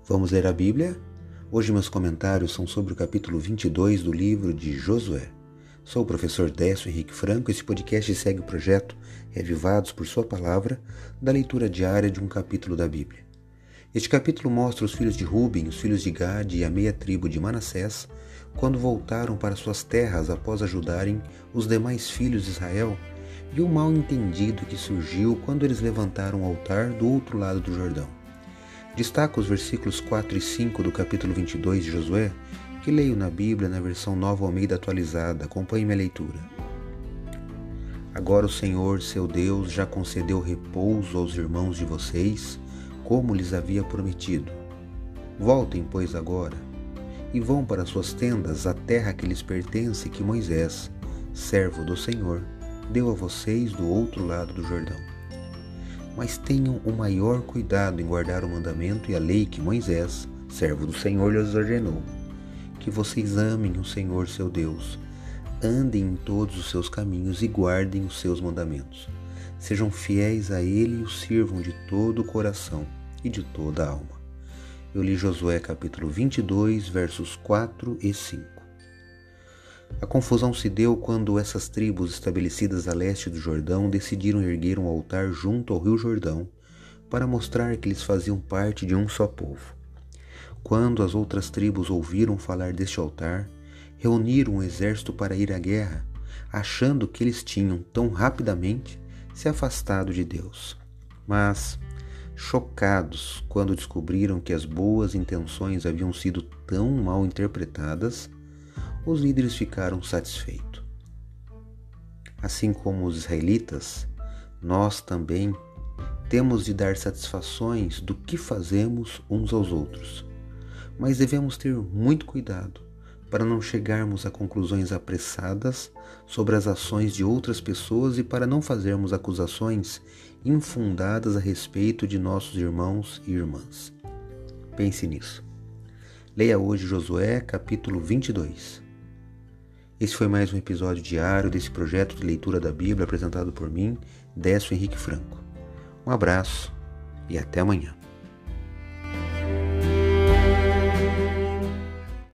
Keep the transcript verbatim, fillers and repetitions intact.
Vamos ler a Bíblia? Hoje meus comentários são sobre o capítulo vinte e dois do livro de Josué. Sou o professor Décio Henrique Franco e esse podcast segue o projeto Reavivados por Sua Palavra, da leitura diária de um capítulo da Bíblia. Este capítulo mostra os filhos de Ruben, os filhos de Gade e a meia tribo de Manassés, quando voltaram para suas terras após ajudarem os demais filhos de Israel, e o mal entendido que surgiu quando eles levantaram o altar do outro lado do Jordão. Destaco os versículos quatro e cinco do capítulo vinte e dois de Josué, que leio na Bíblia na versão Nova Almeida atualizada. Acompanhe minha leitura. Agora o Senhor, seu Deus, já concedeu repouso aos irmãos de vocês, como lhes havia prometido. Voltem, pois, agora, e vão para suas tendas à terra que lhes pertence, que Moisés, servo do Senhor, deu a vocês do outro lado do Jordão. Mas tenham o maior cuidado em guardar o mandamento e a lei que Moisés, servo do Senhor, lhes ordenou. Que vocês amem o Senhor, seu Deus, andem em todos os seus caminhos e guardem os seus mandamentos. Sejam fiéis a Ele e o sirvam de todo o coração e de toda a alma. Eu li Josué capítulo vinte e dois, versos quatro e cinco. A confusão se deu quando essas tribos estabelecidas a leste do Jordão decidiram erguer um altar junto ao rio Jordão para mostrar que eles faziam parte de um só povo. Quando as outras tribos ouviram falar deste altar, reuniram um exército para ir à guerra, achando que eles tinham tão rapidamente se afastado de Deus. Mas, chocados quando descobriram que as boas intenções haviam sido tão mal interpretadas, os líderes ficaram satisfeitos. Assim como os israelitas, nós também temos de dar satisfações do que fazemos uns aos outros, mas devemos ter muito cuidado para não chegarmos a conclusões apressadas sobre as ações de outras pessoas e para não fazermos acusações infundadas a respeito de nossos irmãos e irmãs. Pense nisso. Leia hoje Josué capítulo vinte e dois. Esse foi mais um episódio diário desse projeto de leitura da Bíblia apresentado por mim, Décio Henrique Franco. Um abraço e até amanhã.